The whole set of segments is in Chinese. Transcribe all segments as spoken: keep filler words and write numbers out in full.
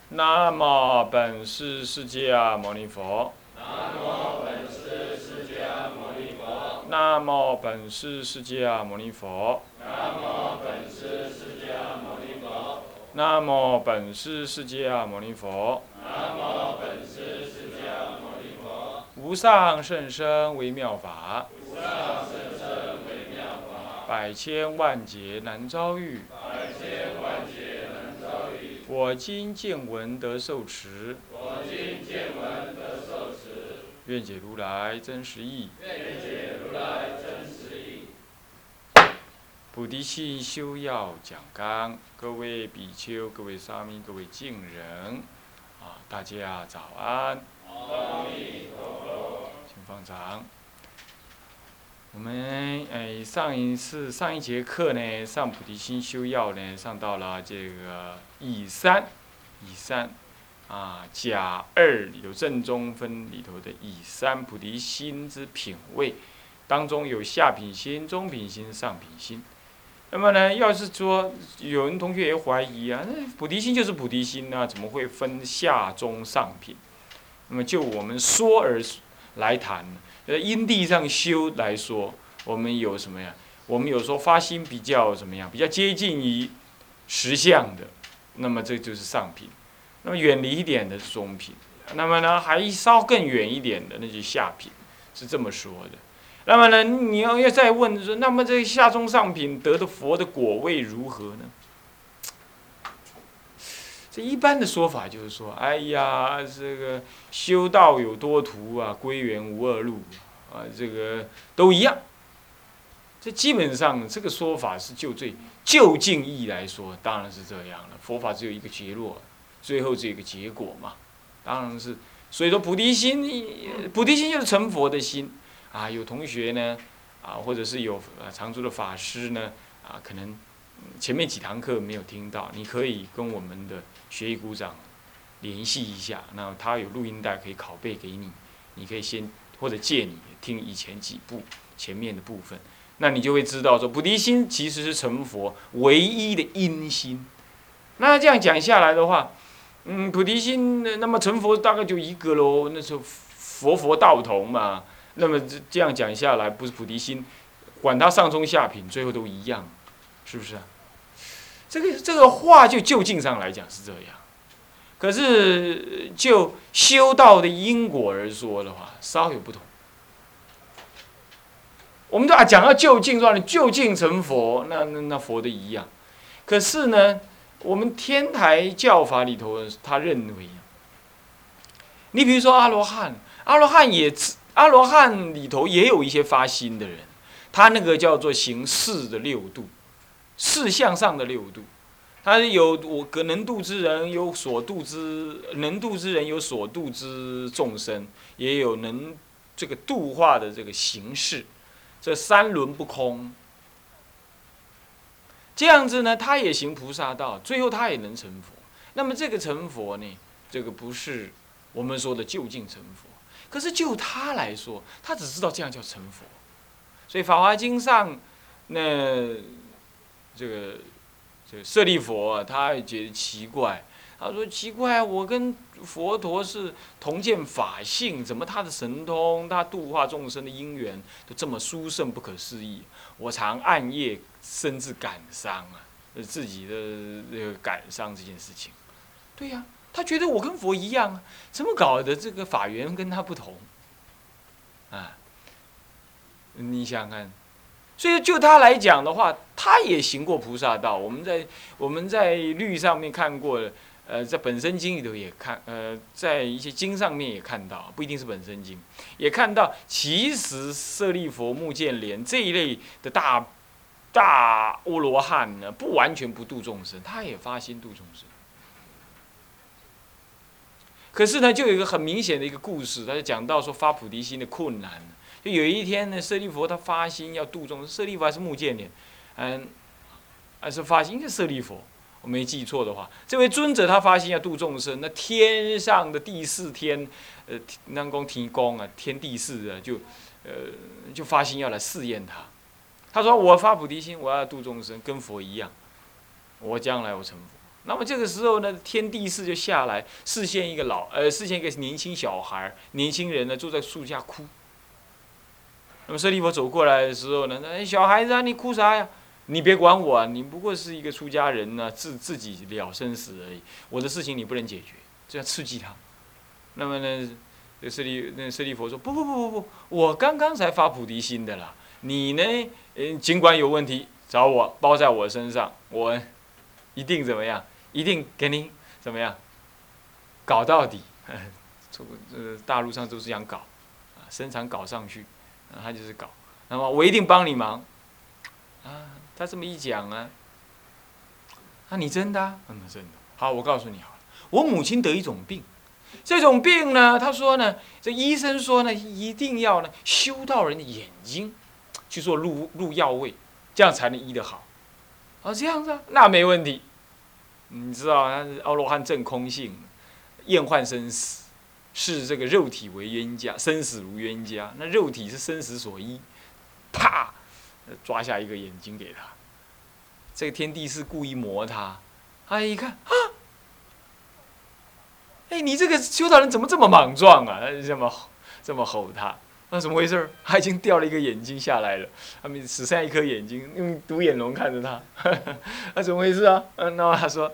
南无本师释迦牟尼佛。 南无本师释迦牟尼佛。 南无本师释迦牟尼佛。 南无本师释迦牟尼佛。 南无本师释迦牟尼佛。 南无本师释迦牟尼佛。 无上甚深微妙法， 无上甚深微妙法， 百千万劫难遭遇。 百千万劫难遭遇。 我今见闻得受持， 我今见闻得受持， 愿解如来真实义。 愿解如来真实义。 菩提心修要讲纲，各位比丘、各位沙弥、各位敬人，啊，大家早安。 阿弥陀佛。 请放掌。我们诶上一次上一节课呢，上菩提心修要呢，上到了这个乙三，乙三，啊甲二里头正中分里头的乙三菩提心之品位，当中有下品心、中品心、上品心。那么呢，要是说有人同学也怀疑啊，那菩提心就是菩提心啊，怎么会分下中上品？那么就我们说而来谈，呃，因地上修来说，我们有什么呀？我们有说发心比较怎么样？比较接近于实相的，那么这就是上品；那么远离一点的是中品；那么呢，还稍更远一点的，那就是下品，是这么说的。那么呢，你要要再问说，那么这下中上品得的佛的果位如何呢？这一般的说法就是说，哎呀，这个修道有多途啊，归元无二路啊，这个都一样。这基本上这个说法是就最就近义来说，当然是这样了。佛法只有一个结论，最后只有一个结果嘛，当然是。所以说菩提心，菩提心就是成佛的心啊。有同学呢，啊，或者是有常住的法师呢，啊，可能前面几堂课没有听到，你可以跟我们的学艺股长联系一下，那他有录音带可以拷贝给你，你可以先或者借你听以前几部前面的部分，那你就会知道说菩提心其实是成佛唯一的因心。那这样讲下来的话，嗯，菩提心那么成佛大概就一个喽，那时候佛佛道同嘛。那么这样讲下来，不是菩提心，管它上中下品，最后都一样，是不是啊？这个这个话就就近上来讲是这样，可是就修道的因果而说的话，稍有不同。我们都啊讲到就近说，你就近成佛，那那那佛的一样。可是呢，我们天台教法里头，他认为，你比如说阿罗汉，阿罗汉也阿罗汉里头也有一些发心的人，他那个叫做行事的六度。事项上的六度，他有我可能度之人，有所度之能度之人，有所度之众生，也有能这个度化的这个形式，这三轮不空。这样子呢，他也行菩萨道，最后他也能成佛。那么这个成佛呢，这个不是我们说的就近成佛，可是就他来说，他只知道这样叫成佛。所以《法华经》上那。这个这个舍利佛啊，他也觉得奇怪。他说：“奇怪，我跟佛陀是同见法性，怎么他的神通、他度化众生的因缘都这么殊胜不可思议？我常暗夜深自感伤啊，自己的这个感伤这件事情。对呀、啊，他觉得我跟佛一样啊，怎么搞的？这个法缘跟他不同啊？你想想看。”所以就他来讲的话，他也行过菩萨道。我们在我们在律上面看过，呃，在本身经里头也看，呃，在一些经上面也看到，不一定是本身经，也看到，其实舍利佛、目犍连这一类的大大阿罗汉呢，不完全不度众生，他也发心度众生。可是呢，就有一个很明显的一个故事，他就讲到说发菩提心的困难。就有一天呢，舍利佛他发心要度众生，舍利佛还是目犍连，嗯，还是发心应该是舍利佛，我没记错的话，这位尊者他发心要度众生，那天上的第四天，呃，南宫天宫啊，天地四啊，就，呃，就发心要来试验他。他说：“我发菩提心，我要度众生，跟佛一样，我将来我成佛。” 那么这个时候呢，天地士就下来，视线一个老呃，视线一个年轻小孩，年轻人呢坐在树下哭。那么舍利弗走过来的时候呢，哎，小孩子啊，你哭啥呀？你别管我啊，你不过是一个出家人呢、啊，自自己了生死而已。我的事情你不能解决，这样刺激他。那么呢，这舍利那舍利弗说：不不不不不，我刚刚才发菩提心的啦。你呢，嗯，尽管有问题找我，包在我身上，我一定怎么样？一定给你怎么样？搞到底。这呃，大陆上都是讲搞，啊，生产搞上去。啊，他就是搞，那么我一定帮你忙，啊，他这么一讲啊，啊，你真的、啊？嗯，真的。好，我告诉你好了，我母亲得一种病，这种病呢，他说呢，这医生说呢，一定要呢修到人的眼睛，去做入入药味，这样才能医得好。啊，这样子啊，那没问题。你知道，他是阿罗汉正空性，厌患生死。视这个肉体为冤家，生死如冤家。那肉体是生死所依，啪，抓下一个眼睛给他。这个天地是故意磨他，他一看啊，哎，你这个修道人怎么这么莽撞啊？他就这么这么吼他，那怎么回事？他已经掉了一个眼睛下来了，他们只剩下一颗眼睛，用独眼龙看着他，那怎么回事啊？嗯，那他说。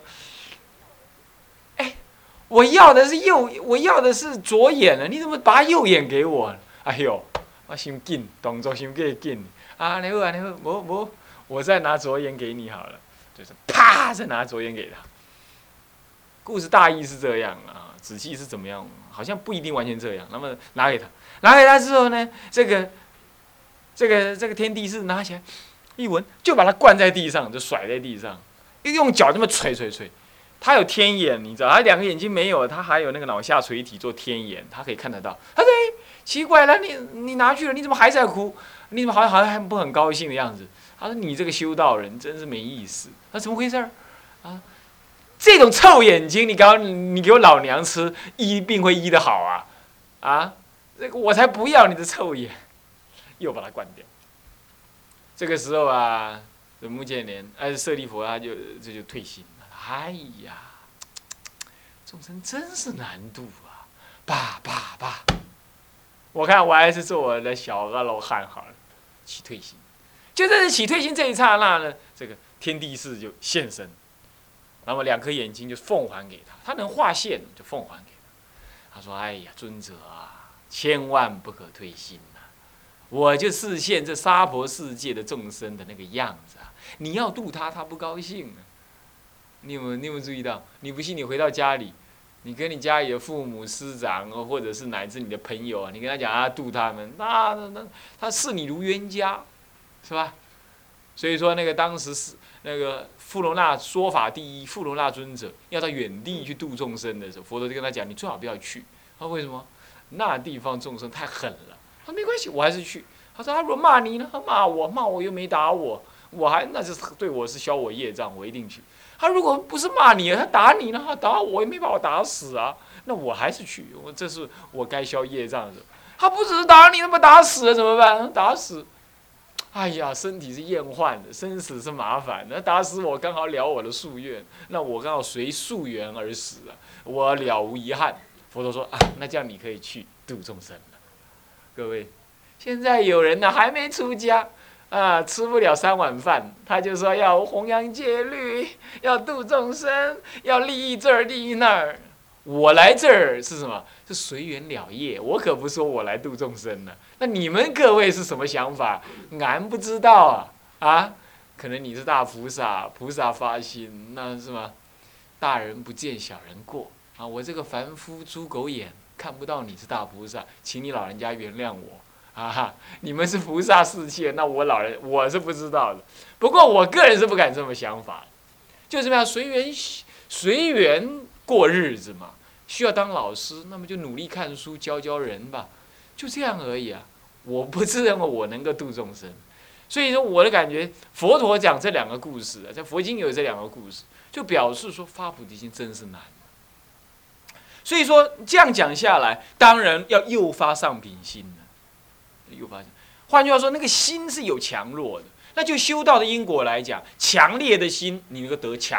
我要的是右，我要的是左眼啊！你怎么把右眼给我？哎呦，我心紧，动作心给紧啊！你好啊，你好，我我我再拿左眼给你好了，就是啪，再拿左眼给他。故事大意是这样啊，仔细是怎么样？好像不一定完全这样。那么拿给他，拿给他之后呢，这个这个这个天地士拿起来一闻，就把它灌在地上，就甩在地上，又用脚这么捶捶捶。他有天眼，你知道，他两个眼睛没有，他还有那个脑下垂体做天眼，他可以看得到。他说：“哎，奇怪了，你你拿去了，你怎么还在哭？你怎么好像好像还不很高兴的样子？”他说：“你这个修道人真是没意思。”他怎么回事儿？啊，这种臭眼睛，你搞你给我老娘吃，医病会医得好啊？啊，这个我才不要你的臭眼，又把它关掉。这个时候啊，这目犍连哎舍利弗他就这就退心。哎呀，众生真是难度啊！叭叭叭，我看我还是做我的小阿罗汉好了，起退心。就在这起退心这一刹那呢，这个天地士就现身，那么两颗眼睛就奉还给他，他能画线就奉还给他。他说：“哎呀，尊者啊，千万不可退心呐、啊！我就示现这娑婆世界的众生的那个样子啊，你要度他，他不高兴啊。”你有没有你有没有注意到？你不信，你回到家里，你跟你家里的父母师长，或者是乃至你的朋友啊，你跟他讲啊，度他们，那那那他视你如冤家，是吧？所以说那个当时是那个富罗那说法第一，富罗那尊者要到远地去度众生的时候，佛陀就跟他讲，你最好不要去。他说为什么？那地方众生太狠了。他说没关系，我还是去。他说他如果骂你呢？他骂我，骂我又没打我，我还那就是对我是消我业障，我一定去。他如果不是骂你，他打你呢？他打我也没把我打死啊，那我还是去，我这是我该消业障的时候。他不只是打你，那么打死了怎么办？打死，哎呀，身体是厌患的，生死是麻烦的。打死我刚好了我的夙愿，那我刚好随夙缘而死啊，我了无遗憾。佛陀说啊，那这样你可以去度众生了。各位，现在有人呢还没出家。啊，吃不了三碗饭，他就说要弘扬戒律，要度众生，要利益这儿利益那儿。我来这儿是什么？是随缘了业，我可不说我来度众生呢。那你们各位是什么想法？俺不知道啊啊！可能你是大菩萨，菩萨发心，那是吗？大人不见小人过啊！我这个凡夫猪狗眼看不到你是大菩萨，请你老人家原谅我。啊，你们是菩萨世界，那我老人我是不知道的。不过我个人是不敢这么想法，就怎么样随缘随缘过日子嘛。需要当老师，那么就努力看书教教人吧，就这样而已啊。我不自认为我能够度众生，所以说我的感觉，佛陀讲这两个故事啊，在佛经有这两个故事，就表示说发菩提心真是难。所以说这样讲下来，当然要诱发上品心了。又发现，换句话说，那个心是有强弱的。那就修道的因果来讲，强烈的心，你能够得强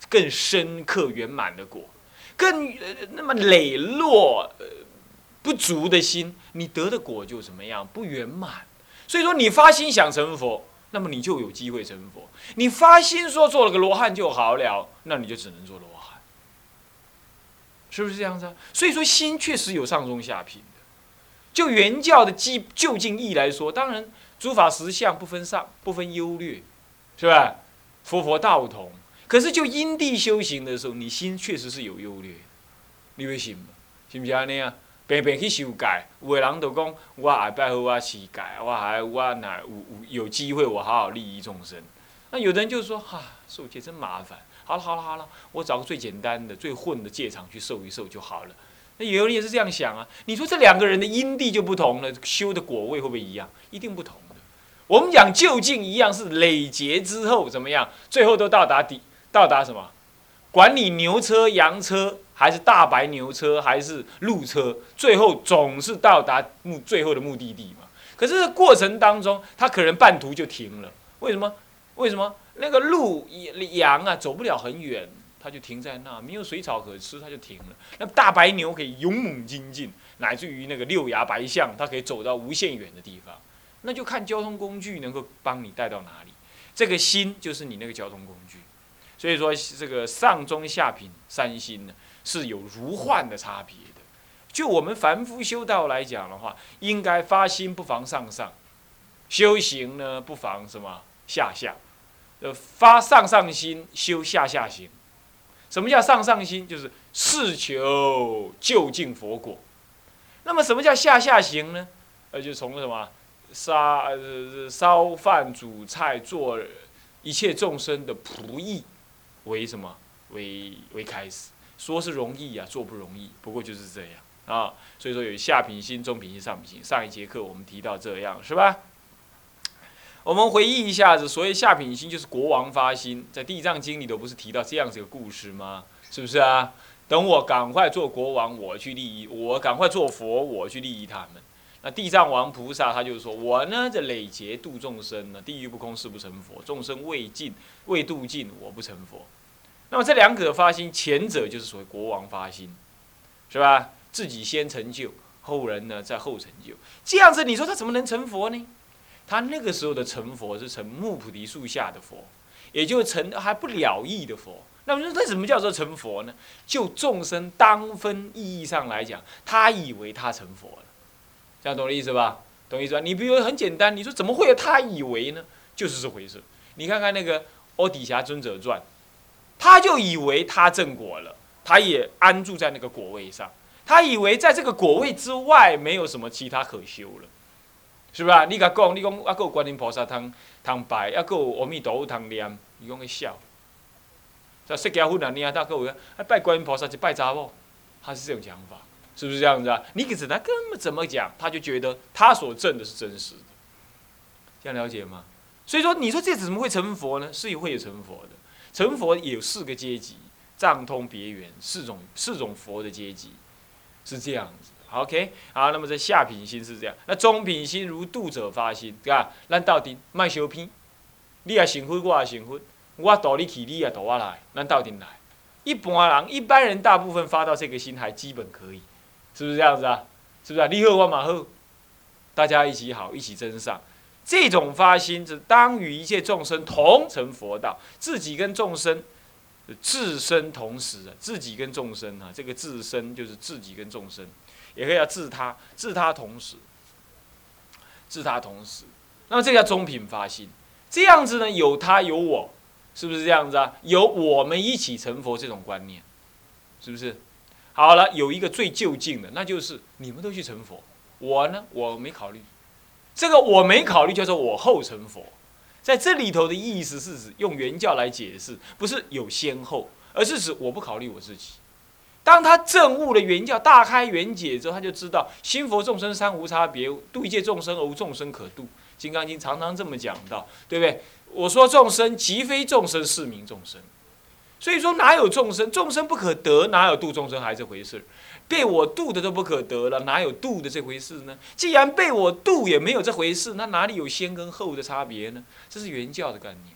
更深刻圆满的果，更、呃、那么磊落、呃、不足的心，你得的果就怎么样？不圆满。所以说，你发心想成佛，那么你就有机会成佛；你发心说做了个罗汉就好了，那你就只能做罗汉，是不是这样子啊？所以说，心确实有上中下品的。就原教的基究竟义来说，当然诸法实相不分上不分优劣，是吧？佛佛道同。可是就因地修行的时候，你心确实是有优劣，你会信吗？是不是安尼啊？平平去修戒，有的人就讲，我下拜好我持戒，我还我哪有有有机会我好好利益众生。那有的人就说，哈、啊，受戒真麻烦。好了好了好了，我找个最简单的、最混的戒场去受一受就好了。那有人也是这样想啊。你说这两个人的因地就不同了，修的果位会不会一样？一定不同的。我们讲究竟一样，是累劫之后怎么样？最后都到达底。到达什么？管你牛车、羊车，还是大白牛车，还是鹿车，最后总是到达目最后的目的地嘛。可是这过程当中，他可能半途就停了。为什么？为什么？那个鹿、羊啊，走不了很远，他就停在那，没有水草可吃，他就停了。那大白牛可以勇猛精进，乃至于那个六牙白象，它可以走到无限远的地方。那就看交通工具能够帮你带到哪里。这个心就是你那个交通工具。所以说，这个上中下品三心呢，是有如幻的差别的。就我们凡夫修道来讲的话，应该发心不妨上上，修行呢不妨什么下下。呃，发上上心，修下下行。什么叫上上心？就是誓求究竟佛果。那么什么叫下下行呢？呃，就从什么烧呃烧饭煮菜做一切众生的仆役。为什么？为为开始，说是容易啊，做不容易。不过就是这样啊，所以说有下品心、中品心、上品心。上一节课我们提到这样，是吧？我们回忆一下子，所谓下品心就是国王发心，在《地藏经》里头不是提到这样子的故事吗？是不是啊？等我赶快做国王，我去利益；我赶快做佛，我去利益他们。那地藏王菩萨他就说：我呢，这累劫度众生呢，地狱不空，誓不成佛。众生未尽，未度尽，我不成佛。那么这两者发心，前者就是所谓国王发心，是吧？自己先成就，后人呢再后成就。这样子，你说他怎么能成佛呢？他那个时候的成佛是成木菩提树下的佛，也就是成还不了义的佛。那么那什么叫做成佛呢？就众生当分意义上来讲，他以为他成佛了，这样懂我的意思吧？懂意思吧？你比如很简单，你说怎么会有他以为呢？就是这回事。你看看那个《阿底峡尊者传》。他就以为他正果了，他也安住在那个果位上，他以为在这个果位之外没有什么其他可修了，是吧？你甲讲，你讲啊，还有观音菩萨通通拜，啊，还有阿弥陀佛通念，伊讲去笑。在释迦佛那念，他还有啊拜观音菩萨就拜查某，他是这种讲法，是不是这样子啊？你给他根本怎么讲，他就觉得他所证的是真实的，这样了解吗？所以说，你说这怎么会成佛呢？是会有成佛的。成佛也有四个阶级，藏通别圆四种四种佛的阶级，是这样子。OK， 好，那么这下品心是这样，那中品心如度者发心，对吧？咱到底卖相偏，你也成佛，我也成佛，我度你去，你也度我来，咱到底来。一般人一般人大部分发到这个心还基本可以，是不是这样子啊？是不是啊？你好我嘛好，大家一起好，一起增上。这种发心是当与一切众生同成佛道，自己跟众生自身同时啊，自己跟众生啊，这个自身就是自己跟众生，也可以叫自他，自他同时，自他同时。那么这叫中品发心，这样子呢，有他有我，是不是这样子啊？有我们一起成佛这种观念，是不是？好了，有一个最就近的，那就是你们都去成佛，我呢，我没考虑。这个我没考虑，叫做我后成佛。在这里头的意思是指用原教来解释，不是有先后，而是指我不考虑我自己。当他证悟了原教，大开圆解之后，他就知道心佛众生三无差别，度一切众生而无众生可度。《金刚经》常常这么讲到，对不对？我说众生即非众生，是名众生。所以说哪有众生？众生不可得，哪有度众生还这回事？被我度的都不可得了，哪有度的这回事呢？既然被我度也没有这回事，那哪里有先跟后的差别呢？这是原教的概念。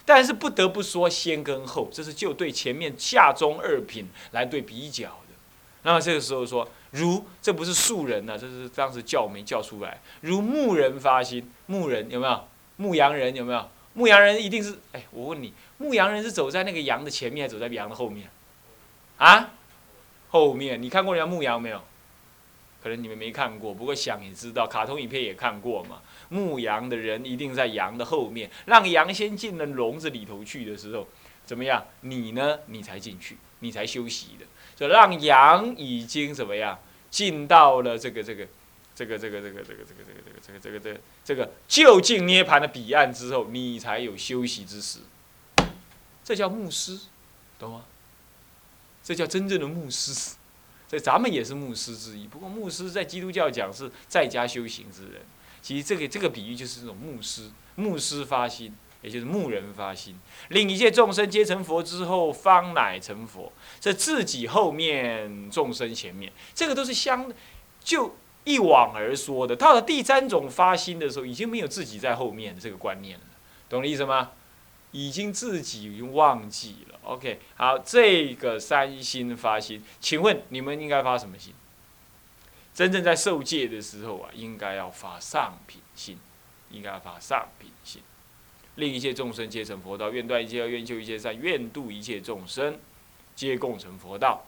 但是不得不说先跟后，这是就对前面下中二品来对比较的。那么这个时候说，如这不是素人呐、啊，这是当时教没教出来。如牧人发心，牧人有没有？牧羊人有没有？牧羊人一定是，哎，我问你，牧羊人是走在那个羊的前面，还是走在羊的后面？啊？后面。你看过人家牧羊没有？可能你们没看过，不过想也知道，卡通影片也看过嘛。牧羊的人一定在羊的后面，让羊先进了笼子里头去的时候，怎么样？你呢？你才进去，你才休息的。就让羊已经怎么样进到了这个这个这个这个这个这个这个这个这个这个这个这个这个就近涅盘的彼岸之后，你才有休息之时。这叫牧师，懂吗？这叫真正的牧师。所以咱们也是牧师之一，不过牧师在基督教讲是在家修行之人。其实这个这个比喻就是这种牧师，牧师发心，也就是牧人发心，令一切众生皆成佛之后，方乃成佛。这自己后面，众生前面，这个都是相就一往而说的。到了第三种发心的时候，已经没有自己在后面的这个观念了，懂我意思吗？已经自己已经忘记了。OK， 好，这个三心发心，请问你们应该发什么心？真正在受戒的时候啊，应该要发上品心，应该要发上品心，令一切众生皆成佛道，愿断一切恶，愿修一切善，愿度一切众生，皆共成佛道。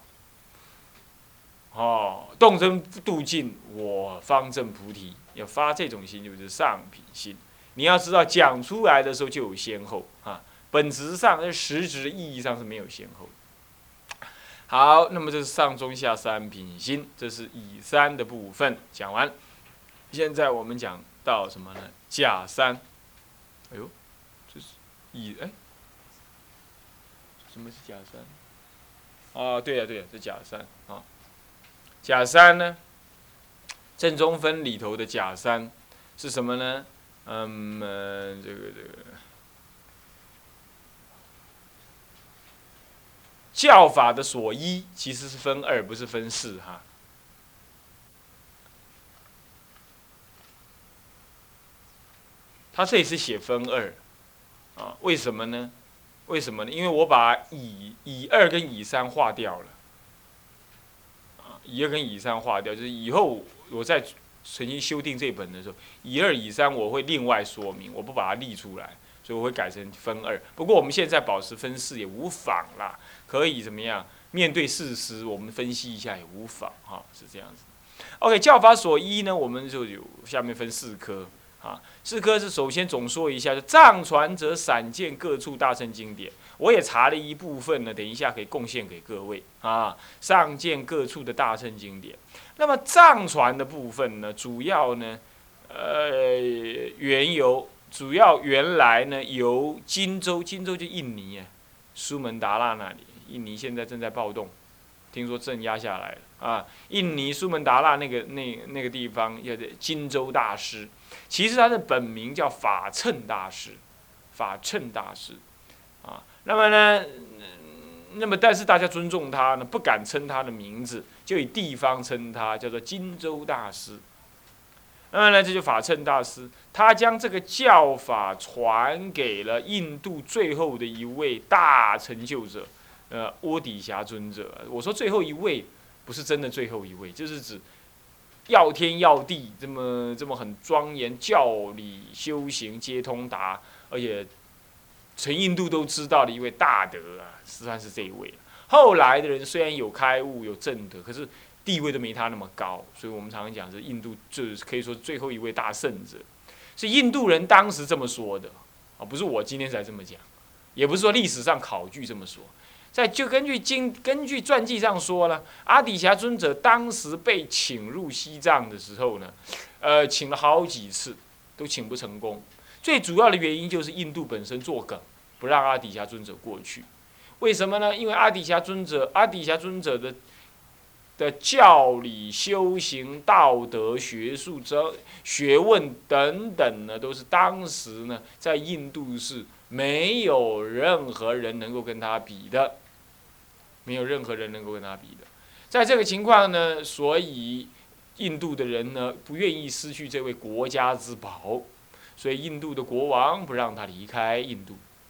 哦，动真度尽，我方正菩提，要发这种心就是上品心。你要知道，讲出来的时候就有先后啊，本质上、在实质意义上是没有先后的。好，那么这是上中下三品心，这是乙三的部分讲完。现在我们讲到什么呢？甲三。哎呦，这是乙哎，什么是甲三？啊，对呀、啊、对呀、啊，这甲三啊。甲三呢，正中分里头的甲三是什么呢？嗯，呃、这个这个教法的所依其实是分二，不是分四哈。他这里是写分二，啊，为什么呢？为什么呢？因为我把乙乙二跟乙三划掉了，啊，乙二跟乙三划掉，就是以后我再重新修订这本的时候，乙二乙三我会另外说明，我不把它列出来，所以我会改成分二。不过我们现在保持分四也无妨啦，可以怎么样？面对事实，我们分析一下也无妨哈，是这样子。OK， 教法所依呢，我们就有下面分四科啊。四科是首先总说一下，就藏传者散见各处大乘经典，我也查了一部分呢，等一下可以贡献给各位啊。上见各处的大乘经典。那么藏传的部分呢，主要呢，呃，缘由主要原来呢由金州，金州就印尼啊，苏门答腊那里，印尼现在正在暴动，听说镇压下来了啊。印尼苏门答腊那个那那个地方，叫金州大师，其实他的本名叫法称大师，法称大师啊。那么呢？那么，但是大家尊重他呢，不敢称他的名字，就以地方称他，叫做金州大师。那么呢，这就法称大师，他将这个教法传给了印度最后的一位大成就者，呃，阿底峡尊者。我说最后一位，不是真的最后一位，就是指要天要地这么这么很庄严，教理修行皆通达，而且全印度都知道的一位大德啊，算是这一位。后来的人虽然有开悟有正德，可是地位都没他那么高，所以我们常常讲是印度就是可以说最后一位大圣者。是印度人当时这么说的啊，不是我今天才这么讲，也不是说历史上考据这么说。在就根据经根据传记上说了，阿底峡尊者当时被请入西藏的时候呢，呃，请了好几次都请不成功。最主要的原因就是印度本身作梗，不让阿底峡尊者过去。为什么呢？因为阿底峡尊者，阿底峡尊者的的教理、修行、道德、学术、哲学问等等呢，都是当时呢在印度是没有任何人能够跟他比的，没有任何人能够跟他比的。在这个情况呢，所以印度的人呢不愿意失去这位国家之宝。所以印度的国王不让他离开印度。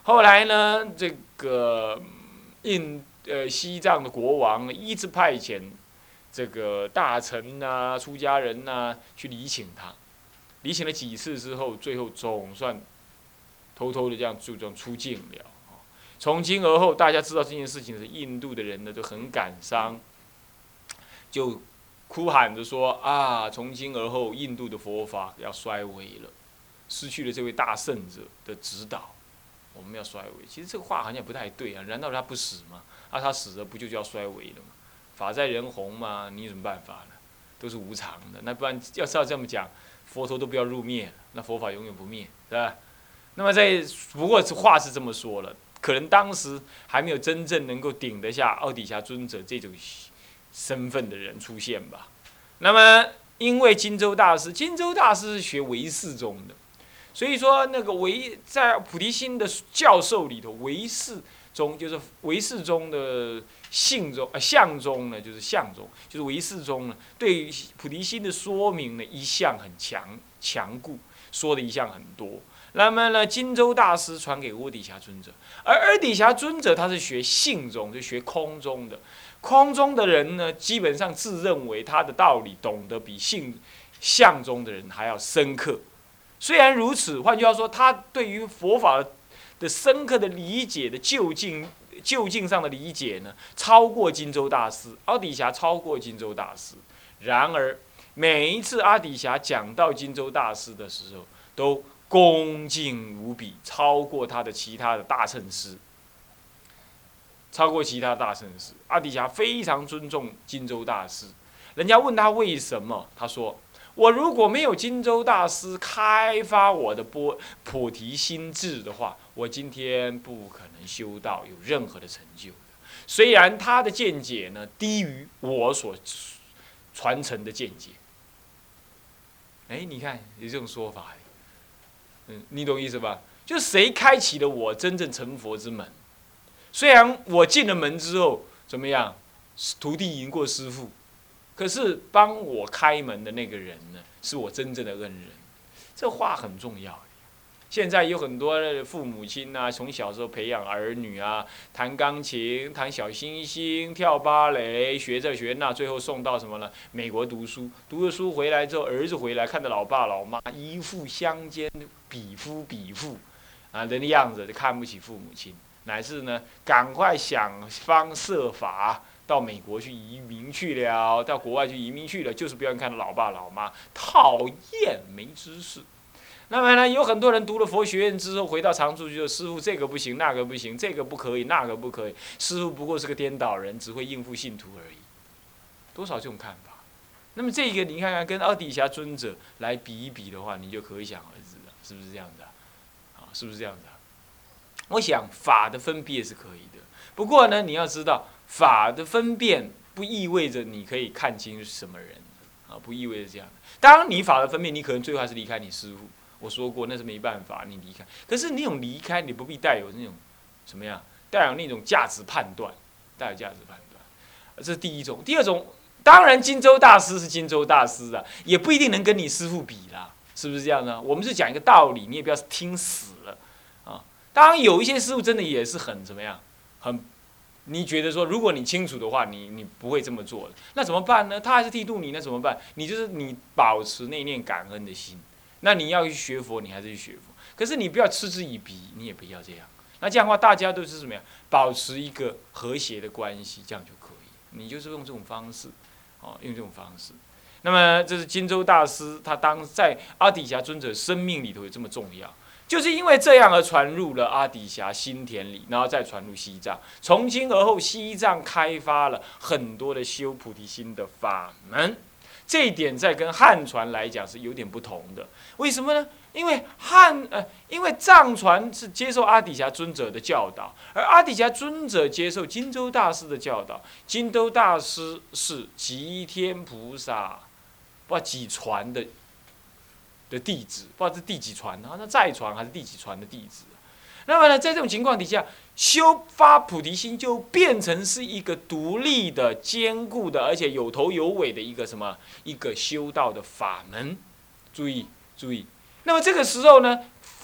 后来呢，这个印呃西藏的国王一直派遣这个大臣呐、出家人呐、去礼请他，礼请了几次之后，最后总算偷偷的这样就这样出境了。从今而后，大家知道这件事情的时候，印度的人呢都很感伤，就哭喊着说啊，从今而后，印度的佛法要衰微了，失去了这位大圣者的指导，我们要衰微。其实这个话好像不太对啊，难道他不死吗？啊，他死了不就叫衰微了吗？法在人红嘛，你有什么办法呢？都是无常的，那不然要是要这么讲，佛陀都不要入灭，那佛法永远不灭，是吧？那么在不过话是这么说了。可能当时还没有真正能够顶得下奥底峡尊者这种身份的人出现吧。那么，因为金州大师，金州大师是学唯识宗的，所以说那个唯在菩提心的教授里头，唯识宗就是唯识宗的性宗啊相宗呢，就是相宗，就是唯识宗呢，对于菩提心的说明呢，一向很强强固，说的一向很多。那么呢，金州大师传给阿底峡尊者，而阿底峡尊者他是学性宗，就学空宗的。空宗的人呢，基本上自认为他的道理懂得比性相宗的人还要深刻。虽然如此，换句话说，他对于佛法的深刻的理解的究竟究竟上的理解呢，超过金州大师，阿底峡超过金州大师。然而，每一次阿底峡讲到金州大师的时候，都恭敬无比，超过他的其他的大乘师，超过其他大乘师。阿底峡非常尊重金州大师。人家问他为什么，他说：“我如果没有金州大师开发我的波菩提心智的话，我今天不可能修道有任何的成就的。虽然他的见解呢低于我所传承的见解。”哎，你看有这种说法。嗯，你懂意思吧？就谁开启了我真正成佛之门？虽然我进了门之后怎么样，徒弟赢过师父，可是帮我开门的那个人呢，是我真正的恩人。这话很重要。现在有很多父母亲啊，从小时候培养儿女啊，弹钢琴、弹小星星、跳芭蕾，学这学那，最后送到什么呢？美国读书。读了书回来之后，儿子回来看到老爸老妈一副相间、比夫比妇啊人的样子，就看不起父母亲，乃至呢，赶快想方设法到美国去移民去了，到国外去移民去了，就是不要看到老爸老妈，讨厌没知识。那么呢，有很多人读了佛学院之后，回到常住就说：“师父，这个不行，那个不行，这个不可以，那个不可以。师父不过是个颠倒人，只会应付信徒而已。”多少这种看法？那么这个你看看，跟阿底峡尊者来比一比的话，你就可想而知了，是不是这样子啊？啊，是不是这样子啊？我想法的分别是可以的，不过呢，你要知道，法的分辨不意味着你可以看清是什么人啊，不意味着这样。当然，你法的分辨，你可能最后还是离开你师父。我说过那是没办法，你离开。可是那种离开，你不必带有那种什么样，带有那种价值判断，带有价值判断。这是第一种。第二种，当然金州大师是金州大师啊，也不一定能跟你师父比啦，是不是这样呢？我们是讲一个道理，你也不要听死了啊。当然有一些师父真的也是很怎么样，很。你觉得说，如果你清楚的话，你你不会这么做的，那怎么办呢？他还是剃度你，那怎么办？你就是你保持那念感恩的心。那你要去学佛，你还是去学佛。可是你不要嗤之以鼻，你也不要这样。那这样的话，大家都是怎么样？保持一个和谐的关系，这样就可以。你就是用这种方式，哦，用这种方式。那么这是金州大师，他当在阿底峡尊者生命里头有这么重要，就是因为这样而传入了阿底峡心田里，然后再传入西藏。从今而后，西藏开发了很多的修菩提心的法门。这一点在跟汉传来讲是有点不同的，为什么呢？因为汉呃，因为藏传是接受阿底峡尊者的教导，而阿底峡尊者接受金州大师的教导。金州大师是吉天菩萨不知道几传的的弟子，不知道是第几传，好像再传还是第几传的弟子。那么呢，在这种情况底下，修发菩提心就变成是一个独立的、坚固的，而且有头有尾的一个什么一个修道的法门。注意，注意。那么这个时候呢，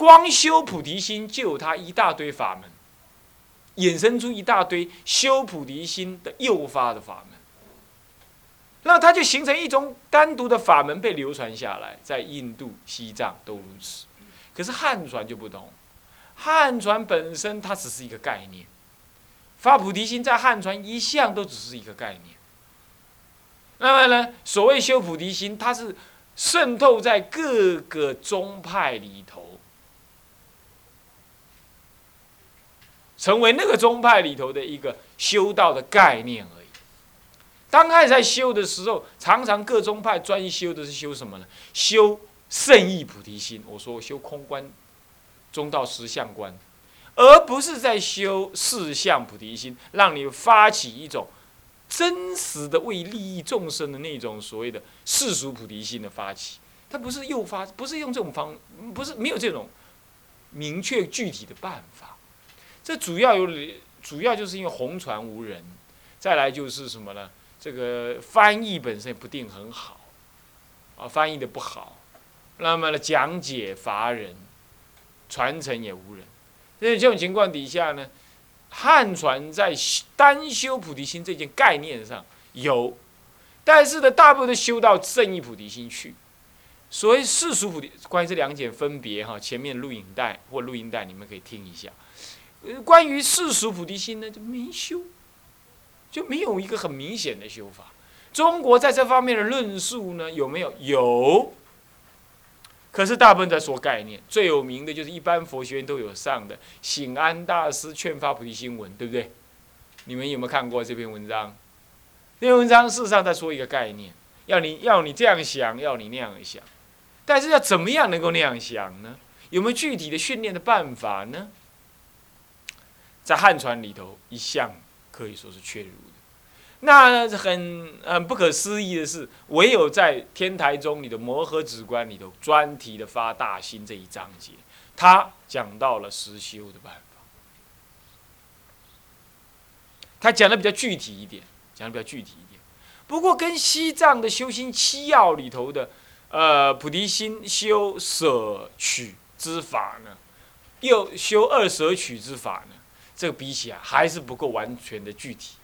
光修菩提心就有它一大堆法门，衍生出一大堆修菩提心的诱发的法门，那它就形成一种单独的法门被流传下来，在印度、西藏都如此。可是汉传就不同，汉传本身它只是一个概念，发菩提心在汉传一向都只是一个概念。那么呢，所谓修菩提心，它是渗透在各个宗派里头，成为那个宗派里头的一个修道的概念而已。刚开始在修的时候，常常各宗派专修的是修什么呢？修圣意菩提心。我说修空观、中道实相观，而不是在修四相菩提心，让你发起一种真实的为利益众生的那种所谓的世俗菩提心的发起。它不是诱发，不是用这种方，不是没有这种明确具体的办法。这主要有，主要就是因为红传无人，再来就是什么呢？这个翻译本身也不定很好，啊，翻译的不好，那么呢，讲解乏人，传承也无人。所以这种情况底下呢，汉传在单修菩提心这件概念上有，但是呢，大部分都修到正义菩提心去。所谓世俗菩提，关于这两点分别哈，前面录影带或录音带你们可以听一下。关于世俗菩提心呢，就没修，就没有一个很明显的修法。中国在这方面的论述呢，有没有？有。可是大部分在说概念，最有名的就是一般佛学院都有上的醒安大师劝发菩提心文，对不对？你们有没有看过这篇文章？这篇文章事实上在说一个概念，要你要你这样想，要你那样想，但是要怎么样能够那样想呢？有没有具体的训练的办法呢？在汉传里头，一向可以说是缺如的。那很很不可思议的是，唯有在天台宗里的摩诃止观里头专题的发大心这一章节，他讲到了实修的办法。他讲的比较具体一点，讲的比较具体一点。不过跟西藏的修心七要里头的呃菩提心修舍取之法呢，又修二舍取之法呢，这个比起来还是不够完全的具体。